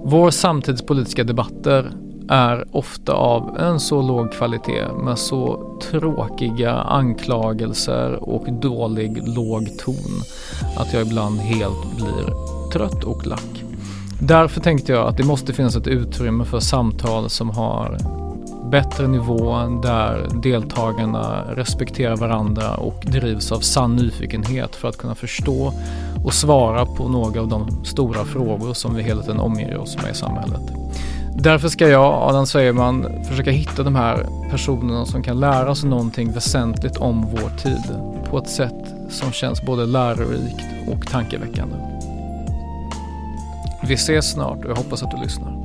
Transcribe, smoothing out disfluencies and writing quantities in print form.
Vår samtidspolitiska debatter är ofta av en så låg kvalitet med så tråkiga anklagelser och dålig låg ton att jag ibland helt blir trött och lack. Därför tänkte jag att det måste finnas ett utrymme för samtal som har bättre nivå, där deltagarna respekterar varandra och drivs av sann nyfikenhet för att kunna förstå och svara på några av de stora frågor som vi hela tiden omger oss med i samhället. Därför ska jag, Adam Sveiman, försöka hitta de här personerna som kan lära oss någonting väsentligt om vår tid på ett sätt som känns både lärorikt och tankeväckande. Vi ses snart och jag hoppas att du lyssnar.